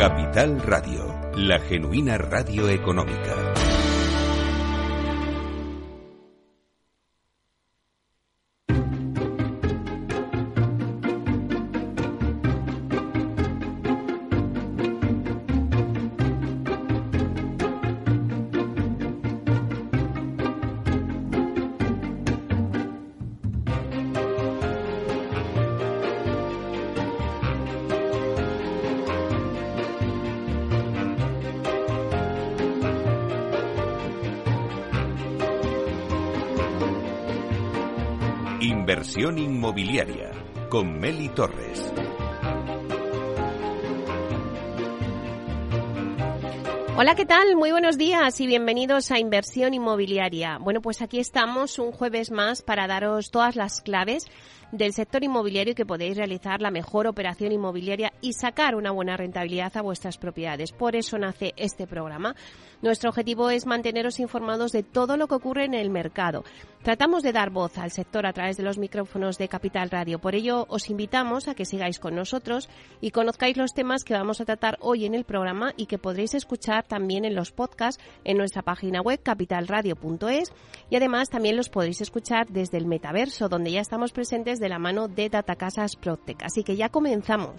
Capital Radio, la genuina radio económica. Inversión inmobiliaria con Meli Torres. Hola, ¿qué tal? Muy buenos días y bienvenidos a Inversión Inmobiliaria. Bueno, pues aquí estamos un jueves más para daros todas las claves del sector inmobiliario, que podéis realizar la mejor operación inmobiliaria y sacar una buena rentabilidad a vuestras propiedades. Por eso nace este programa. Nuestro objetivo es manteneros informados de todo lo que ocurre en el mercado. Tratamos de dar voz al sector a través de los micrófonos de Capital Radio. Por ello, os invitamos a que sigáis con nosotros y conozcáis los temas que vamos a tratar hoy en el programa y que podréis escuchar también en los podcasts en nuestra página web capitalradio.es, y además también los podréis escuchar desde el metaverso, donde ya estamos presentes de la mano de Datacasas Protec. Así que ya comenzamos.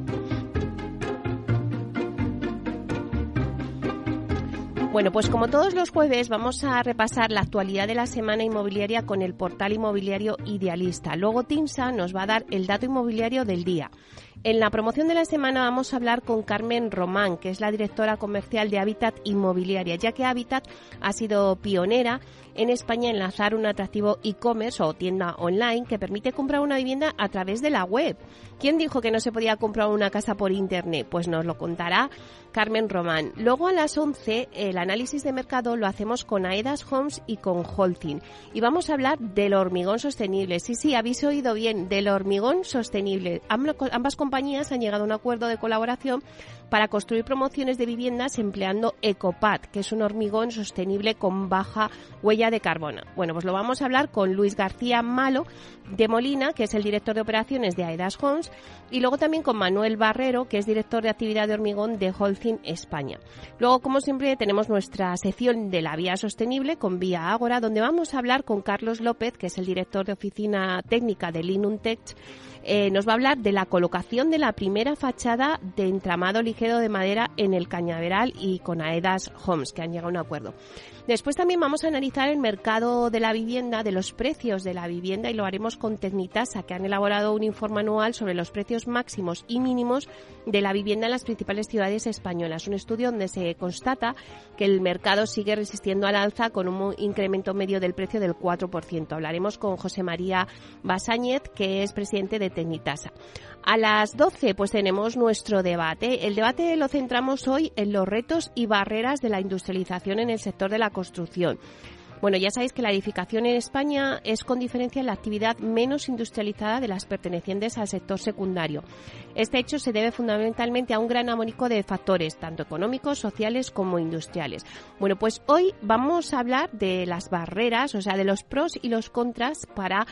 Bueno, pues como todos los jueves vamos a repasar la actualidad de la semana inmobiliaria con el portal inmobiliario Idealista. Luego Timsa nos va a dar el dato inmobiliario del día. En la promoción de la semana vamos a hablar con Carmen Román, que es la directora comercial de Habitat Inmobiliaria, ya que Habitat ha sido pionera en España en lanzar un atractivo e-commerce o tienda online que permite comprar una vivienda a través de la web. ¿Quién dijo que no se podía comprar una casa por internet? Pues nos lo contará Carmen Román. Luego a las 11 el análisis de mercado lo hacemos con Aedas Homes y con Holcim. Y vamos a hablar del hormigón sostenible. Sí, habéis oído bien, del hormigón sostenible. Ambas compañías han llegado a un acuerdo de colaboración para construir promociones de viviendas empleando Ecopad, que es un hormigón sostenible con baja huella de carbono. Bueno, pues lo vamos a hablar con Luis García Malo de Molina, que es el director de operaciones de Aedas Homes, y luego también con Manuel Barrero, que es director de actividad de hormigón de Holcim España. Luego, como siempre, tenemos nuestra sección de la vía sostenible con Vía Ágora, donde vamos a hablar con Carlos López, que es el director de oficina técnica de Linuntech. Nos va a hablar de la colocación de la primera fachada de entramado ligero de madera en el Cañaveral y con Aedas Homes, que han llegado a un acuerdo. Después también vamos a analizar el mercado de la vivienda, de los precios de la vivienda, y lo haremos con Tecnitasa, que han elaborado un informe anual sobre los precios máximos y mínimos de la vivienda en las principales ciudades españolas. Un estudio donde se constata que el mercado sigue resistiendo al alza con un incremento medio del precio del 4%. Hablaremos con José María Basáñez, que es presidente de Tecnitasa. A las 12 pues tenemos nuestro debate. El debate lo centramos hoy en los retos y barreras de la industrialización en el sector de la construcción. Bueno, ya sabéis que la edificación en España es con diferencia la actividad menos industrializada de las pertenecientes al sector secundario. Este hecho se debe fundamentalmente a un gran abanico de factores, tanto económicos, sociales como industriales. Bueno, pues hoy vamos a hablar de las barreras, o sea, de los pros y los contras para,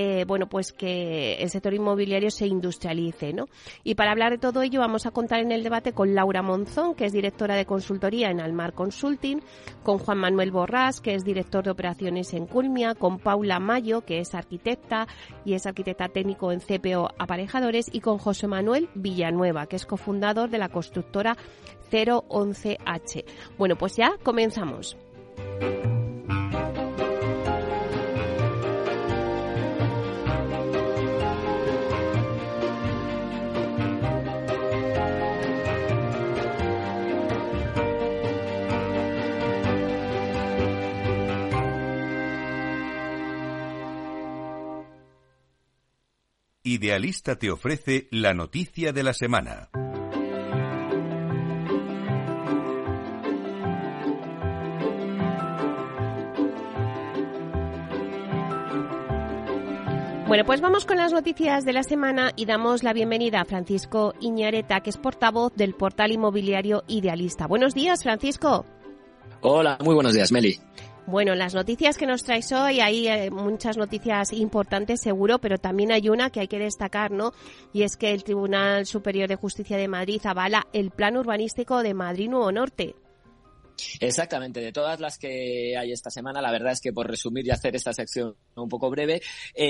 pues que el sector inmobiliario se industrialice, ¿no? Y para hablar de todo ello vamos a contar en el debate con Laura Monzón, que es directora de consultoría en Almar Consulting, con Juan Manuel Borrás, que es director de operaciones en Culmia, con Paula Mayo, que es arquitecta y es arquitecta técnico en CPO Aparejadores, y con José Manuel Villanueva, que es cofundador de la constructora 011H. Bueno, pues ya comenzamos. Idealista te ofrece la noticia de la semana. Bueno, pues vamos con las noticias de la semana y damos la bienvenida a Francisco Iñareta, que es portavoz del portal inmobiliario Idealista. Buenos días, Francisco. Hola, muy buenos días, Meli. Bueno, las noticias que nos traes hoy, hay muchas noticias importantes seguro, pero también hay una que hay que destacar, ¿no? Y es que el Tribunal Superior de Justicia de Madrid avala el plan urbanístico de Madrid Nuevo Norte. Exactamente, de todas las que hay esta semana, la verdad es que por resumir y hacer esta sección un poco breve,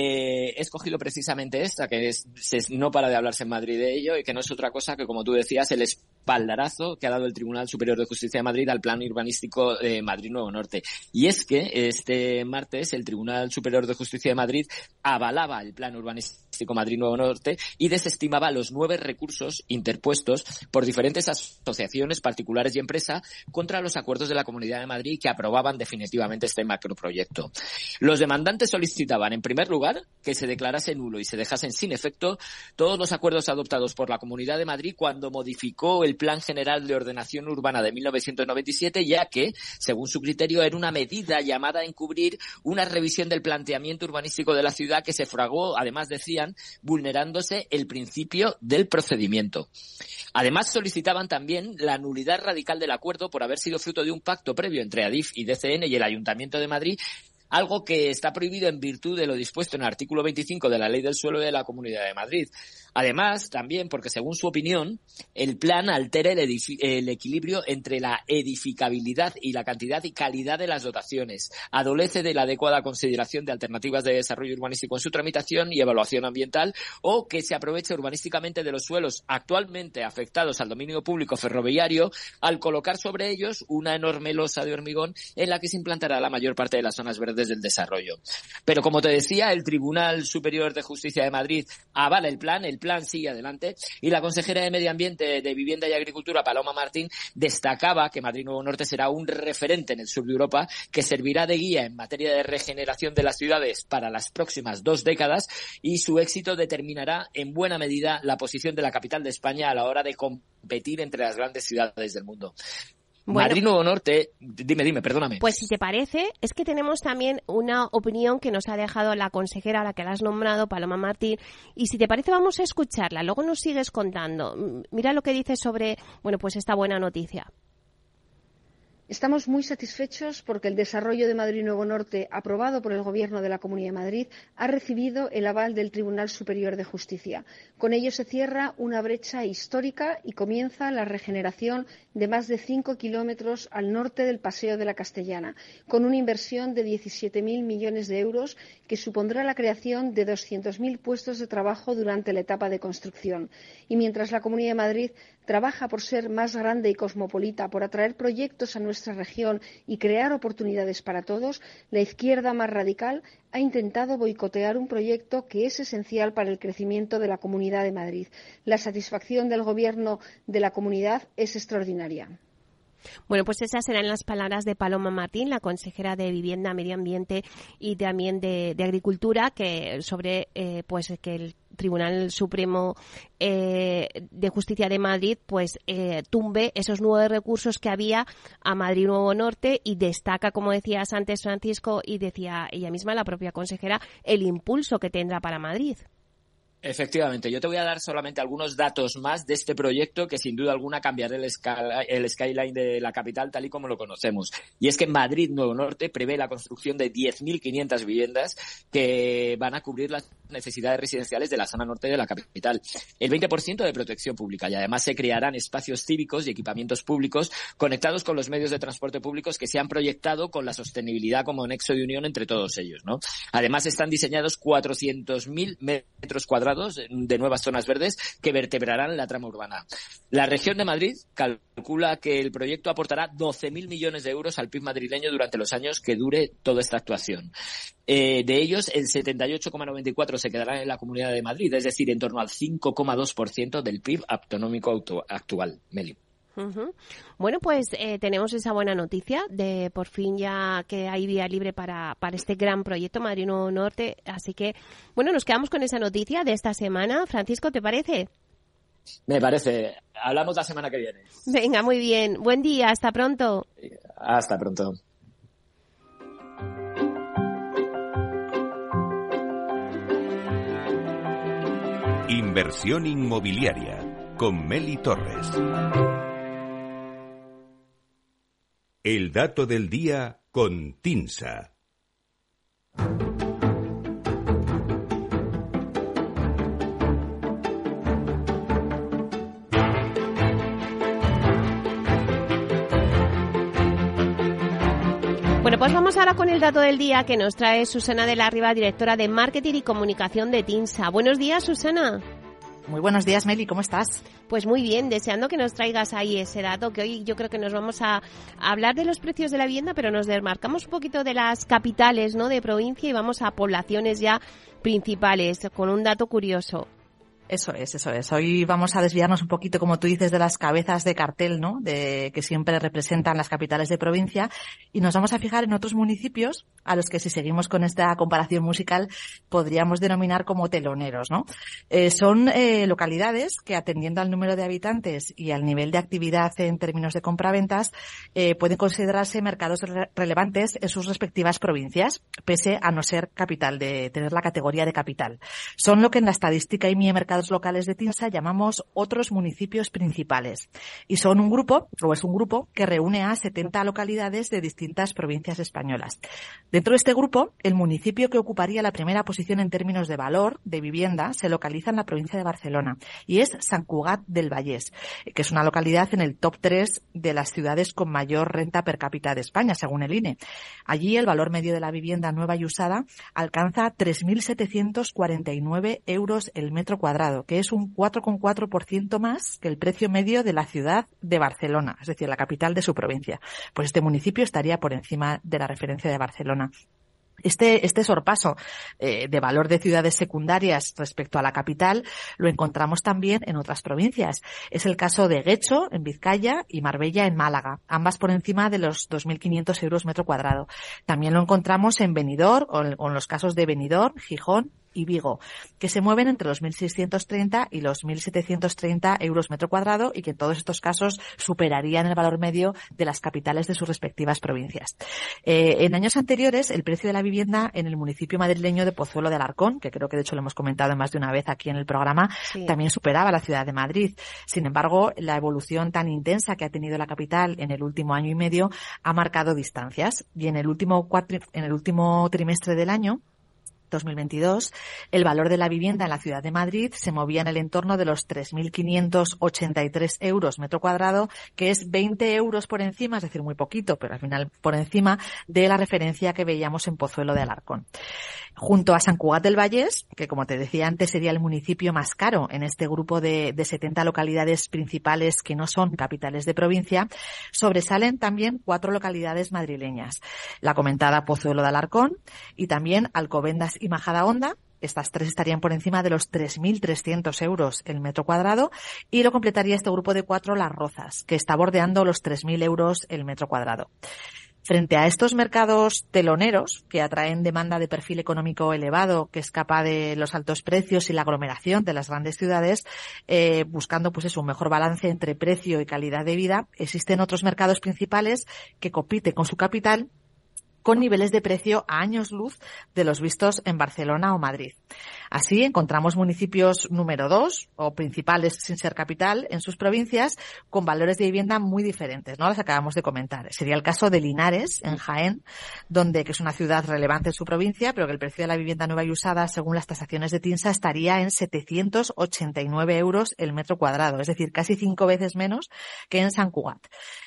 he escogido precisamente esta, que no para de hablarse en Madrid de ello y que no es otra cosa que, como tú decías, el espaldarazo que ha dado el Tribunal Superior de Justicia de Madrid al plan urbanístico de Madrid Nuevo Norte. Y es que este martes el Tribunal Superior de Justicia de Madrid avalaba el plan urbanístico Madrid Nuevo Norte y desestimaba los 9 recursos interpuestos por diferentes asociaciones, particulares y empresas contra los acuerdos de la Comunidad de Madrid que aprobaban definitivamente este macroproyecto. Los demandantes solicitaban, en primer lugar, que se declarase nulo y se dejasen sin efecto todos los acuerdos adoptados por la Comunidad de Madrid cuando modificó el Plan General de Ordenación Urbana de 1997, ya que, según su criterio, era una medida llamada a encubrir una revisión del planteamiento urbanístico de la ciudad que se fragó, además decían, vulnerándose el principio del procedimiento. Además, solicitaban también la nulidad radical del acuerdo por haber sido fruto de un pacto previo entre ADIF y DCN y el Ayuntamiento de Madrid, algo que está prohibido en virtud de lo dispuesto en el artículo 25 de la Ley del Suelo de la Comunidad de Madrid. Además, también porque, según su opinión, el plan altera el equilibrio entre la edificabilidad y la cantidad y calidad de las dotaciones, adolece de la adecuada consideración de alternativas de desarrollo urbanístico en su tramitación y evaluación ambiental, o que se aproveche urbanísticamente de los suelos actualmente afectados al dominio público ferroviario al colocar sobre ellos una enorme losa de hormigón en la que se implantará la mayor parte de las zonas verdes del desarrollo. Pero, como te decía, el Tribunal Superior de Justicia de Madrid avala el plan sigue adelante, y la consejera de Medio Ambiente, de Vivienda y Agricultura, Paloma Martín, destacaba que Madrid Nuevo Norte será un referente en el sur de Europa que servirá de guía en materia de regeneración de las ciudades para las próximas 2 décadas, y su éxito determinará en buena medida la posición de la capital de España a la hora de competir entre las grandes ciudades del mundo. Bueno, Madrid Nuevo Norte, dime, perdóname. Pues si te parece, es que tenemos también una opinión que nos ha dejado la consejera a la que la has nombrado, Paloma Martín, y si te parece vamos a escucharla, luego nos sigues contando. Mira lo que dice sobre, pues esta buena noticia. Estamos muy satisfechos porque el desarrollo de Madrid Nuevo Norte, aprobado por el Gobierno de la Comunidad de Madrid, ha recibido el aval del Tribunal Superior de Justicia. Con ello se cierra una brecha histórica y comienza la regeneración de más de 5 kilómetros al norte del Paseo de la Castellana, con una inversión de 17.000 millones de euros que supondrá la creación de 200.000 puestos de trabajo durante la etapa de construcción. Y mientras la Comunidad de Madrid trabaja por ser más grande y cosmopolita, por atraer proyectos a nuestra región y crear oportunidades para todos, la izquierda más radical ha intentado boicotear un proyecto que es esencial para el crecimiento de la Comunidad de Madrid. La satisfacción del Gobierno de la Comunidad es extraordinaria. Bueno, pues esas serán las palabras de Paloma Martín, la consejera de Vivienda, Medio Ambiente y también de Agricultura, que sobre que el Tribunal Supremo de Justicia de Madrid tumbe esos 9 recursos que había a Madrid Nuevo Norte, y destaca, como decías antes, Francisco, y decía ella misma, la propia consejera, el impulso que tendrá para Madrid. Efectivamente, yo te voy a dar solamente algunos datos más de este proyecto que sin duda alguna cambiará el skyline de la capital tal y como lo conocemos. Y es que Madrid Nuevo Norte prevé la construcción de 10.500 viviendas que van a cubrir las necesidades residenciales de la zona norte de la capital. El 20% de protección pública, y además se crearán espacios cívicos y equipamientos públicos conectados con los medios de transporte públicos que se han proyectado con la sostenibilidad como nexo de unión entre todos ellos, ¿no? Además están diseñados 400.000 metros cuadrados de nuevas zonas verdes que vertebrarán la trama urbana. La región de Madrid calcula que el proyecto aportará 12.000 millones de euros al PIB madrileño durante los años que dure toda esta actuación. De ellos, el 78,94% se quedará en la Comunidad de Madrid, es decir, en torno al 5,2% del PIB autonómico actual. Meli. Uh-huh. Bueno, pues tenemos esa buena noticia de por fin ya que hay vía libre para este gran proyecto Madrid Nuevo Norte. Así que, nos quedamos con esa noticia de esta semana. Francisco, ¿te parece? Me parece. Hablamos la semana que viene. Venga, muy bien. Buen día. Hasta pronto. Hasta pronto. Inversión inmobiliaria con Meli Torres. El dato del día con TINSA. Bueno, pues vamos ahora con el dato del día que nos trae Susana de la Riva, directora de Marketing y Comunicación de TINSA. Buenos días, Susana. Muy buenos días, Meli, ¿cómo estás? Pues muy bien, deseando que nos traigas ahí ese dato, que hoy yo creo que nos vamos a hablar de los precios de la vivienda, pero nos desmarcamos un poquito de las capitales, ¿no?, de provincia, y vamos a poblaciones ya principales, con un dato curioso. Eso es. Hoy vamos a desviarnos un poquito, como tú dices, de las cabezas de cartel, ¿no?, de que siempre representan las capitales de provincia, y nos vamos a fijar en otros municipios a los que, si seguimos con esta comparación musical, podríamos denominar como teloneros, ¿no? Son localidades que, atendiendo al número de habitantes y al nivel de actividad en términos de compraventas, pueden considerarse mercados relevantes en sus respectivas provincias, pese a no ser capital, de tener la categoría de capital. Son lo que en la estadística y mi mercado locales de TINSA llamamos otros municipios principales, y son un grupo que reúne a 70 localidades de distintas provincias españolas. Dentro de este grupo, el municipio que ocuparía la primera posición en términos de valor de vivienda se localiza en la provincia de Barcelona, y es Sant Cugat del Vallès, que es una localidad en el top 3 de las ciudades con mayor renta per cápita de España, según el INE. Allí el valor medio de la vivienda nueva y usada alcanza 3.749 euros el metro cuadrado, que es un 4,4% más que el precio medio de la ciudad de Barcelona, es decir, la capital de su provincia. Pues este municipio estaría por encima de la referencia de Barcelona. Este sorpaso de valor de ciudades secundarias respecto a la capital lo encontramos también en otras provincias. Es el caso de Guecho, en Vizcaya, y Marbella, en Málaga, ambas por encima de los 2.500 euros metro cuadrado. También lo encontramos en Benidorm, o en los casos de Benidorm, Gijón y Vigo, que se mueven entre los 1.630 y los 1.730 euros metro cuadrado, y que en todos estos casos superarían el valor medio de las capitales de sus respectivas provincias. En años anteriores, el precio de la vivienda en el municipio madrileño de Pozuelo de Alarcón, que creo que de hecho lo hemos comentado más de una vez aquí en el programa, sí, también superaba la ciudad de Madrid. Sin embargo, la evolución tan intensa que ha tenido la capital en el último año y medio ha marcado distancias, y en el último trimestre del año 2022, el valor de la vivienda en la ciudad de Madrid se movía en el entorno de los 3.583 euros metro cuadrado, que es 20 euros por encima, es decir, muy poquito, pero al final por encima de la referencia que veíamos en Pozuelo de Alarcón. Junto a Sant Cugat del Vallès, que como te decía antes sería el municipio más caro en este grupo de 70 localidades principales que no son capitales de provincia, sobresalen también 4 localidades madrileñas: la comentada Pozuelo de Alarcón y también Alcobendas y Majadahonda. Estas 3 estarían por encima de los 3.300 euros el metro cuadrado, y lo completaría este grupo de 4 Las Rozas, que está bordeando los 3.000 euros el metro cuadrado. Frente a estos mercados teloneros, que atraen demanda de perfil económico elevado, que escapa de los altos precios y la aglomeración de las grandes ciudades, buscando un mejor balance entre precio y calidad de vida, existen otros mercados principales que compiten con su capital con niveles de precio a años luz de los vistos en Barcelona o Madrid. Así encontramos municipios número 2 o principales sin ser capital en sus provincias con valores de vivienda muy diferentes, ¿no? Las acabamos de comentar. Sería el caso de Linares, en Jaén, que es una ciudad relevante en su provincia, pero que el precio de la vivienda nueva y usada, según las tasaciones de TINSA, estaría en 789 euros el metro cuadrado, es decir, casi 5 veces menos que en Sant Cugat.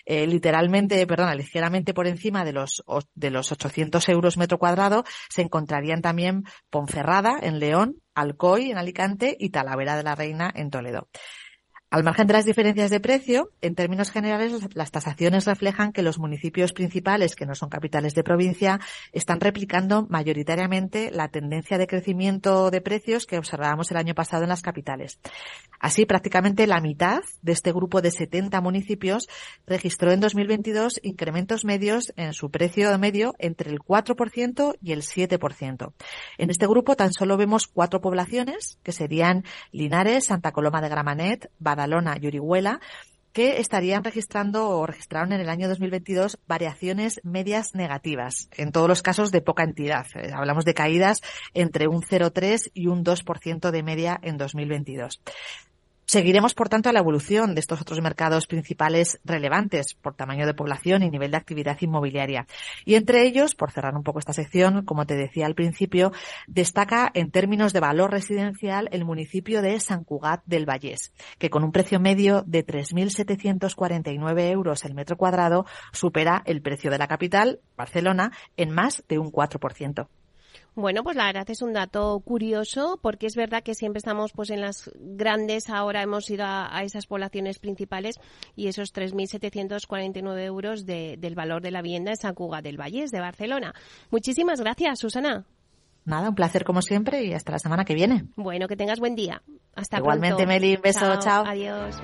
Ligeramente por encima de los 800 euros metro cuadrado se encontrarían también Ponferrada, en León, Alcoy, en Alicante, y Talavera de la Reina, en Toledo. Al margen de las diferencias de precio, en términos generales, las tasaciones reflejan que los municipios principales, que no son capitales de provincia, están replicando mayoritariamente la tendencia de crecimiento de precios que observábamos el año pasado en las capitales. Así, prácticamente la mitad de este grupo de 70 municipios registró en 2022 incrementos medios en su precio medio entre el 4% y el 7%. En este grupo tan solo vemos 4 poblaciones, que serían Linares, Santa Coloma de Gramenet, Badalona y Orihuela, que registraron en el año 2022 variaciones medias negativas, en todos los casos de poca entidad. Hablamos de caídas entre un 0,3 y un 2% de media en 2022. Seguiremos, por tanto, a la evolución de estos otros mercados principales relevantes por tamaño de población y nivel de actividad inmobiliaria. Y entre ellos, por cerrar un poco esta sección, como te decía al principio, destaca en términos de valor residencial el municipio de Sant Cugat del Vallès, que con un precio medio de 3.749 euros el metro cuadrado supera el precio de la capital, Barcelona, en más de un 4%. Bueno, pues la verdad es un dato curioso, porque es verdad que siempre estamos pues en las grandes, ahora hemos ido a esas poblaciones principales, y esos 3.749 euros del valor de la vivienda en Sant Cugat del Vallès de Barcelona. Muchísimas gracias, Susana. Nada, un placer como siempre y hasta la semana que viene. Bueno, que tengas buen día. Hasta Igualmente, pronto. Meli, un beso, chao. Adiós.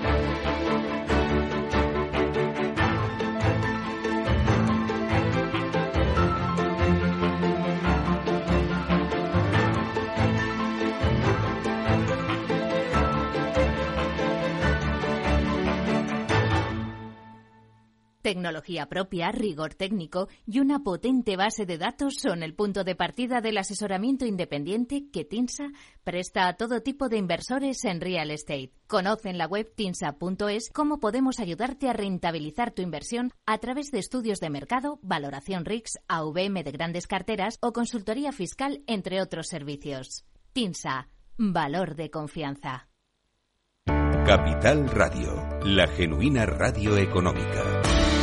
Tecnología propia, rigor técnico y una potente base de datos son el punto de partida del asesoramiento independiente que TINSA presta a todo tipo de inversores en real estate. Conoce en la web tinsa.es cómo podemos ayudarte a rentabilizar tu inversión a través de estudios de mercado, valoración RICS, AVM de grandes carteras o consultoría fiscal, entre otros servicios. TINSA, valor de confianza. Capital Radio, la genuina radio económica.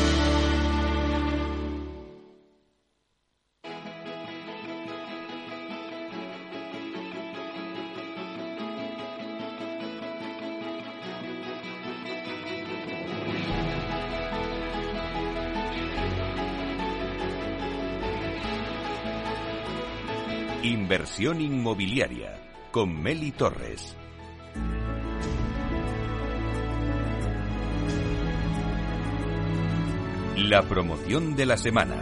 Inversión inmobiliaria con Meli Torres. La promoción de la semana.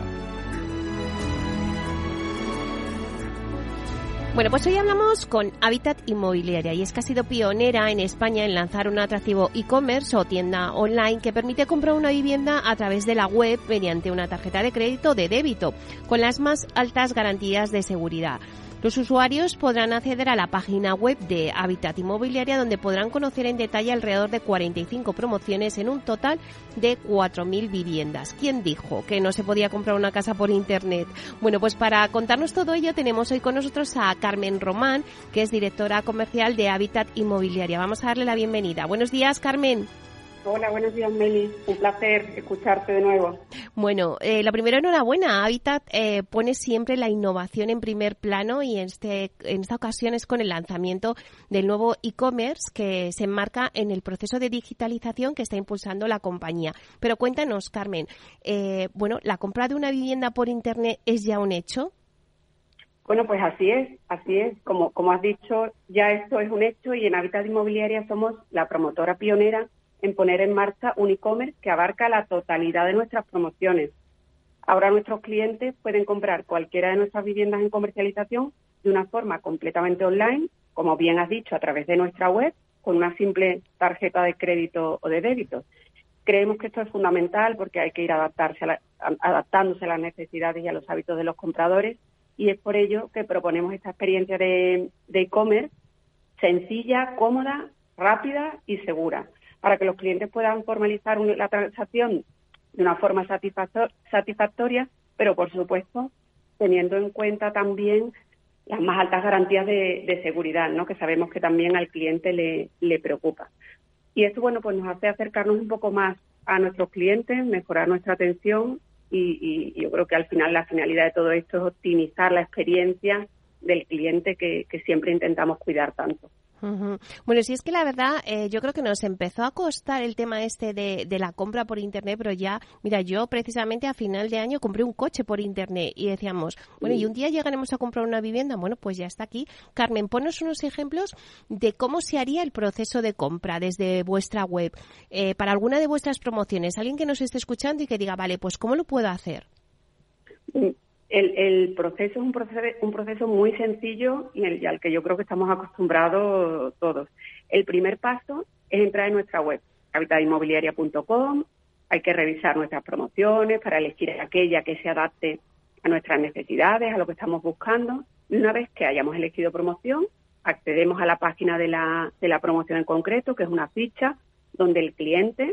Bueno, pues hoy hablamos con Habitat Inmobiliaria, y es que ha sido pionera en España en lanzar un atractivo e-commerce o tienda online que permite comprar una vivienda a través de la web mediante una tarjeta de crédito o de débito, con las más altas garantías de seguridad. Los usuarios podrán acceder a la página web de Habitat Inmobiliaria, donde podrán conocer en detalle alrededor de 45 promociones en un total de 4.000 viviendas. ¿Quién dijo que no se podía comprar una casa por Internet? Bueno, pues para contarnos todo ello tenemos hoy con nosotros a Carmen Román, que es directora comercial de Habitat Inmobiliaria. Vamos a darle la bienvenida. Buenos días, Carmen. Hola, buenos días, Meli. Un placer escucharte de nuevo. Bueno, lo primero, enhorabuena. Habitat pone siempre la innovación en primer plano, y en esta ocasión es con el lanzamiento del nuevo e-commerce que se enmarca en el proceso de digitalización que está impulsando la compañía. Pero cuéntanos, Carmen, ¿la compra de una vivienda por Internet es ya un hecho? Bueno, pues así es. Como has dicho, ya esto es un hecho, y en Habitat Inmobiliaria somos la promotora pionera en poner en marcha un e-commerce que abarca la totalidad de nuestras promociones. Ahora nuestros clientes pueden comprar cualquiera de nuestras viviendas en comercialización de una forma completamente online, como bien has dicho, a través de nuestra web, con una simple tarjeta de crédito o de débito. Creemos que esto es fundamental porque hay que ir adaptándose a las necesidades y a los hábitos de los compradores, y es por ello que proponemos esta experiencia de e-commerce sencilla, cómoda, rápida y segura, para que los clientes puedan formalizar la transacción de una forma satisfactoria, pero por supuesto teniendo en cuenta también las más altas garantías de seguridad, ¿no?, que sabemos que también al cliente le preocupa. Y esto, bueno, pues nos hace acercarnos un poco más a nuestros clientes, mejorar nuestra atención, y yo creo que al final la finalidad de todo esto es optimizar la experiencia del cliente que siempre intentamos cuidar tanto. Uh-huh. Bueno, sí, es que la verdad, yo creo que nos empezó a costar el tema de la compra por Internet, pero ya, mira, yo precisamente a final de año compré un coche por Internet y decíamos, bueno, ¿y un día llegaremos a comprar una vivienda? Bueno, pues ya está aquí. Carmen, ponnos unos ejemplos de cómo se haría el proceso de compra desde vuestra web, para alguna de vuestras promociones. Alguien que nos esté escuchando y que diga, vale, pues ¿cómo lo puedo hacer? El proceso es un proceso muy sencillo y al que yo creo que estamos acostumbrados todos. El primer paso es entrar en nuestra web, habitatinmobiliaria.com. Hay que revisar nuestras promociones para elegir aquella que se adapte a nuestras necesidades, a lo que estamos buscando. Y una vez que hayamos elegido promoción, accedemos a la página de la promoción en concreto, que es una ficha donde el cliente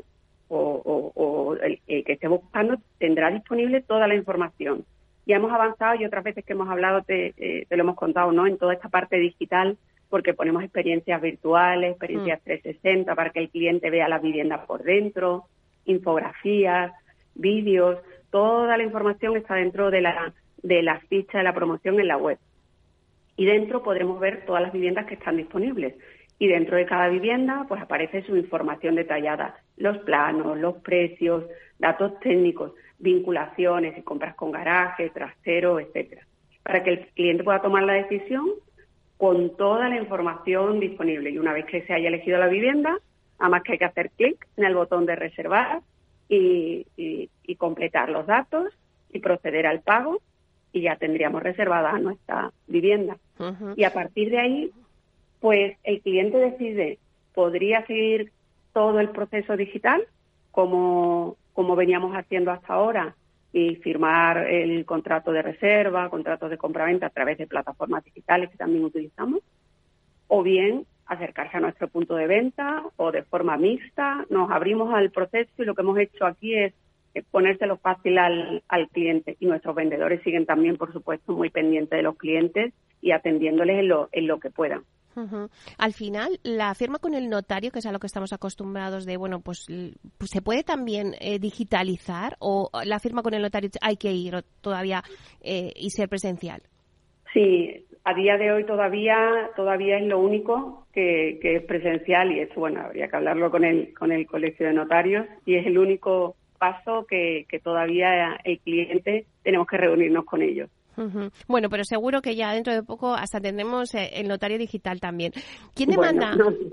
o el que esté buscando tendrá disponible toda la información. Ya hemos avanzado y otras veces que hemos hablado te lo hemos contado, ¿no? En toda esta parte digital, porque ponemos experiencias virtuales, experiencias 360 para que el cliente vea las viviendas por dentro, infografías, vídeos, toda la información está dentro de la ficha de la promoción en la web. Y dentro podremos ver todas las viviendas que están disponibles. Y dentro de cada vivienda pues aparece su información detallada, los planos, los precios, datos técnicos, vinculaciones, si compras con garaje, trasero, etcétera, para que el cliente pueda tomar la decisión con toda la información disponible. Y una vez que se haya elegido la vivienda, nada más que hay que hacer clic en el botón de reservar y completar los datos y proceder al pago, y ya tendríamos reservada nuestra vivienda. Uh-huh. Y a partir de ahí, pues el cliente decide, podría seguir todo el proceso digital como veníamos haciendo hasta ahora y firmar el contrato de reserva, contratos de compraventa a través de plataformas digitales que también utilizamos, o bien acercarse a nuestro punto de venta o de forma mixta. Nos abrimos al proceso y lo que hemos hecho aquí es ponérselo fácil al cliente, y nuestros vendedores siguen también, por supuesto, muy pendientes de los clientes y atendiéndoles en lo que puedan. Uh-huh. Al final, la firma con el notario, que es a lo que estamos acostumbrados de, bueno, pues ¿se puede también digitalizar, o la firma con el notario hay que ir todavía y ser presencial? Sí, a día de hoy todavía es lo único que es presencial, y eso, bueno, habría que hablarlo con el colegio de notarios, y es el único paso que todavía el cliente tenemos que reunirnos con ellos. Uh-huh. Bueno, pero seguro que ya dentro de poco hasta tendremos el notario digital también. ¿Quién demanda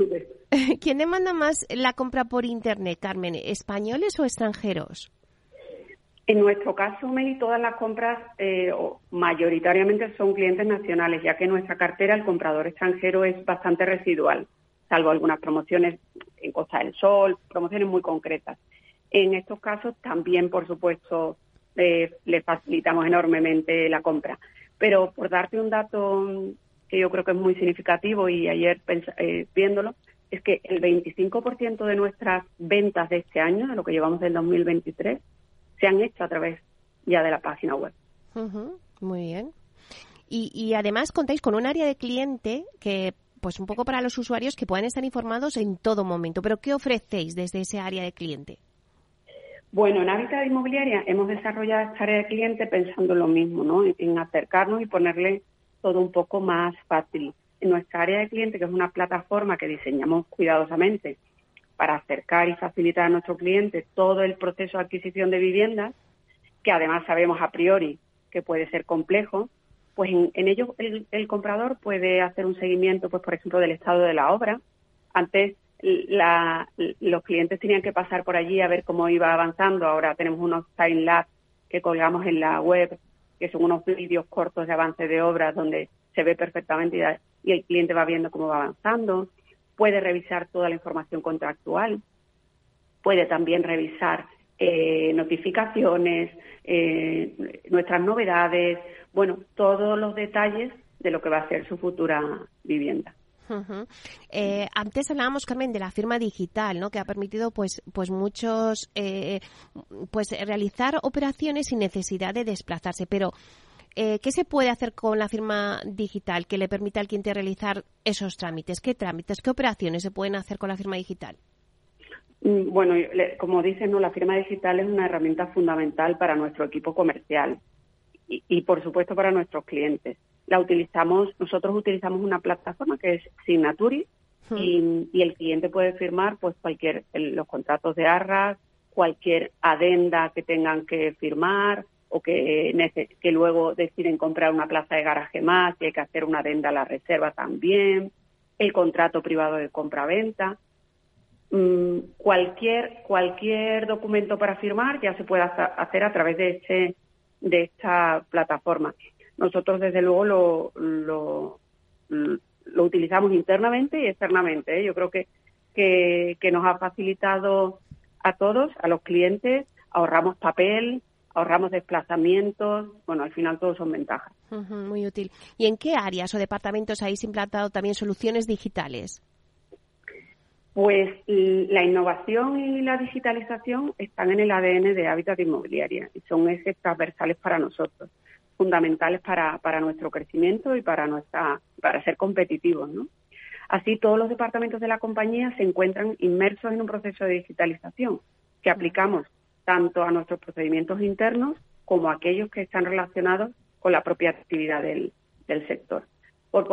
más la compra por Internet, Carmen? ¿Españoles o extranjeros? En nuestro caso, Meli, todas las compras mayoritariamente son clientes nacionales, ya que en nuestra cartera el comprador extranjero es bastante residual, salvo algunas promociones en Costa del Sol, promociones muy concretas. En estos casos también, por supuesto, le facilitamos enormemente la compra. Pero por darte un dato que yo creo que es muy significativo, y ayer viéndolo, es que el 25% de nuestras ventas de este año, de lo que llevamos del 2023, se han hecho a través ya de la página web. Uh-huh. Muy bien. Y además contáis con un área de cliente que, pues un poco para los usuarios que puedan estar informados en todo momento. ¿Pero qué ofrecéis desde ese área de cliente? Bueno, en Hábitat Inmobiliaria hemos desarrollado esta área de cliente pensando en lo mismo, ¿no? En acercarnos y ponerle todo un poco más fácil. En nuestra área de cliente, que es una plataforma que diseñamos cuidadosamente para acercar y facilitar a nuestros clientes todo el proceso de adquisición de viviendas, que además sabemos a priori que puede ser complejo, pues en ello el comprador puede hacer un seguimiento, pues por ejemplo, del estado de la obra. Antes los clientes tenían que pasar por allí a ver cómo iba avanzando. Ahora tenemos unos time-lapse que colgamos en la web, que son unos vídeos cortos de avance de obras donde se ve perfectamente y el cliente va viendo cómo va avanzando. Puede revisar toda la información contractual, puede también revisar notificaciones, nuestras novedades, bueno, todos los detalles de lo que va a ser su futura vivienda. Uh-huh. Antes hablábamos, Carmen, de la firma digital, ¿no? Que ha permitido pues muchos realizar operaciones sin necesidad de desplazarse. Pero ¿qué se puede hacer con la firma digital que le permita al cliente realizar esos trámites? ¿Qué operaciones se pueden hacer con la firma digital? Bueno, como dicen, ¿no? La firma digital es una herramienta fundamental para nuestro equipo comercial y por supuesto para nuestros clientes. Nosotros utilizamos una plataforma que es Signatury, y el cliente puede firmar pues los contratos de arras, cualquier adenda que tengan que firmar, o que luego deciden comprar una plaza de garaje más y hay que hacer una adenda a la reserva también, el contrato privado de compra-venta. Cualquier documento para firmar ya se puede hacer a través de esta plataforma. Nosotros, desde luego, lo utilizamos internamente y externamente, ¿eh? Yo creo que nos ha facilitado a todos, a los clientes, ahorramos papel, ahorramos desplazamientos, bueno, al final todos son ventajas. Muy útil. ¿Y en qué áreas o departamentos habéis implantado también soluciones digitales? Pues la innovación y la digitalización están en el ADN de Hábitat Inmobiliaria y son ejes transversales para nosotros, fundamentales para nuestro crecimiento y para ser competitivos, ¿no? Así, todos los departamentos de la compañía se encuentran inmersos en un proceso de digitalización que aplicamos tanto a nuestros procedimientos internos como a aquellos que están relacionados con la propia actividad del sector. Por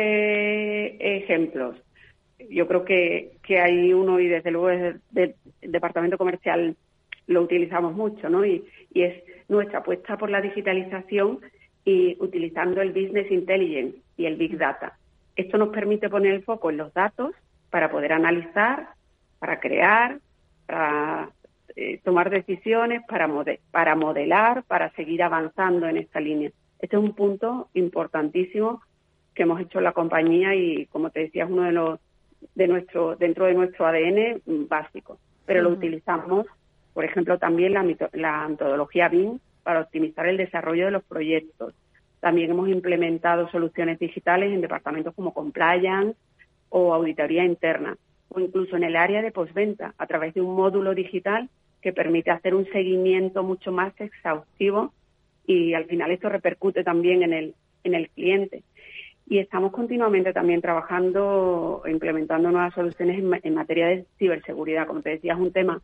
ponerte ejemplos, yo creo que hay uno, y desde luego desde el departamento comercial lo utilizamos mucho, ¿no? Y es nuestra apuesta por la digitalización y utilizando el Business Intelligence y el Big Data. Esto nos permite poner el foco en los datos para poder analizar, para crear, para tomar decisiones, para modelar, para seguir avanzando en esta línea. Este es un punto importantísimo que hemos hecho en la compañía y, como te decía, es uno dentro de nuestro ADN básico. Pero lo utilizamos, por ejemplo, también la metodología BIM para optimizar el desarrollo de los proyectos. También hemos implementado soluciones digitales en departamentos como compliance o auditoría interna, o incluso en el área de postventa, a través de un módulo digital que permite hacer un seguimiento mucho más exhaustivo, y al final esto repercute también en el cliente. Y estamos continuamente también trabajando, implementando nuevas soluciones en materia de ciberseguridad. Como te decía, es un tema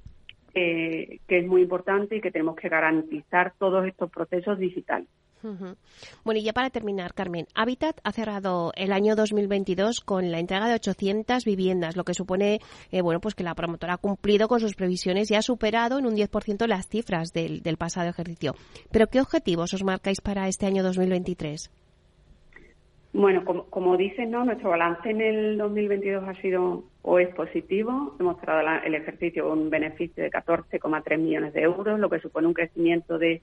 que es muy importante y que tenemos que garantizar todos estos procesos digitales. Bueno, y ya para terminar, Carmen, Habitat ha cerrado el año 2022 con la entrega de 800 viviendas, lo que supone pues que la promotora ha cumplido con sus previsiones y ha superado en un 10% las cifras del pasado ejercicio. ¿Pero qué objetivos os marcáis para este año 2023? Bueno, como dices, ¿no? Nuestro balance en el 2022 ha sido o es positivo. Hemos cerrado el ejercicio con un beneficio de 14,3 millones de euros, lo que supone un crecimiento del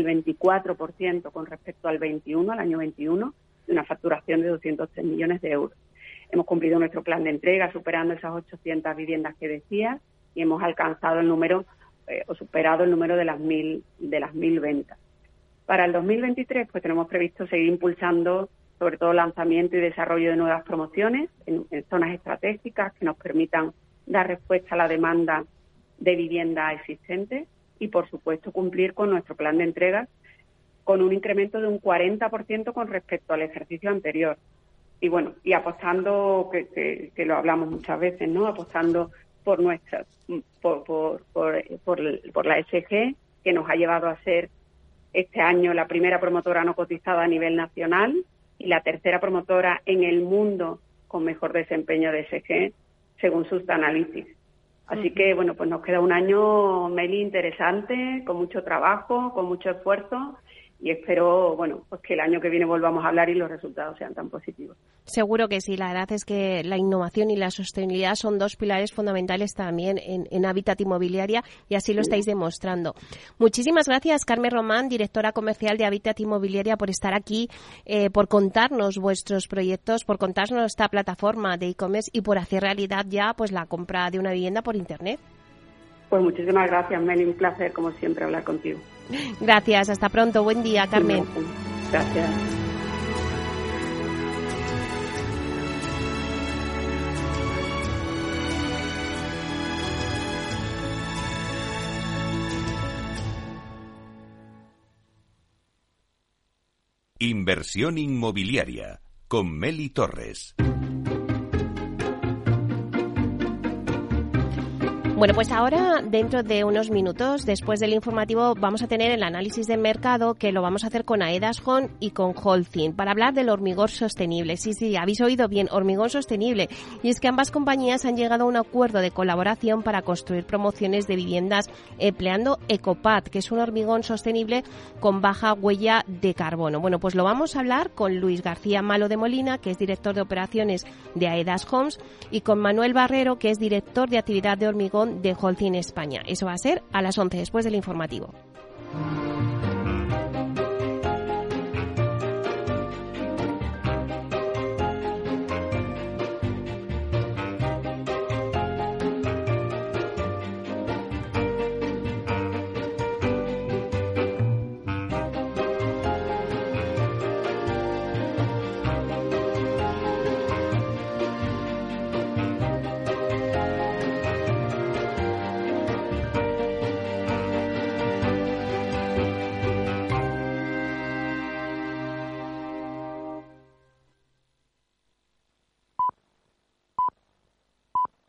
24% con respecto al año 21, de una facturación de 203 millones de euros. Hemos cumplido nuestro plan de entrega, superando esas 800 viviendas que decías, y hemos alcanzado el número o superado el número de las 1.000 ventas. Para el 2023, pues tenemos previsto seguir impulsando sobre todo lanzamiento y desarrollo de nuevas promociones en zonas estratégicas que nos permitan dar respuesta a la demanda de vivienda existente y, por supuesto, cumplir con nuestro plan de entregas con un incremento de un 40% con respecto al ejercicio anterior. Y bueno, y apostando, que lo hablamos muchas veces, ¿no? Apostando por la ESG, que nos ha llevado a ser este año la primera promotora no cotizada a nivel nacional y la tercera promotora en el mundo con mejor desempeño de ESG, según Sustainalytics. Así que, bueno, pues nos queda un año, Meli, interesante, con mucho trabajo, con mucho esfuerzo, y espero, bueno, pues que el año que viene volvamos a hablar y los resultados sean tan positivos. Seguro que sí. La verdad es que la innovación y la sostenibilidad son dos pilares fundamentales también en Hábitat Inmobiliaria, y así lo estáis demostrando. Muchísimas gracias, Carmen Román, directora comercial de Hábitat Inmobiliaria, por estar aquí, por contarnos vuestros proyectos, por contarnos esta plataforma de e-commerce y por hacer realidad ya pues la compra de una vivienda por Internet. Pues muchísimas gracias, Meli. Un placer, como siempre, hablar contigo. Gracias. Hasta pronto. Buen día, Carmen. Gracias. Inversión inmobiliaria con Meli Torres. Bueno, pues ahora, dentro de unos minutos, después del informativo, vamos a tener el análisis de mercado, que lo vamos a hacer con Aedas Home y con Holcim, para hablar del hormigón sostenible. Sí, habéis oído bien, hormigón sostenible. Y es que ambas compañías han llegado a un acuerdo de colaboración para construir promociones de viviendas empleando Ecopad, que es un hormigón sostenible con baja huella de carbono. Bueno, pues lo vamos a hablar con Luis García Malo de Molina, que es director de operaciones de Aedas Homes, y con Manuel Barrero, que es director de actividad de hormigón de Holcim España. Eso va a ser a las 11, después del informativo.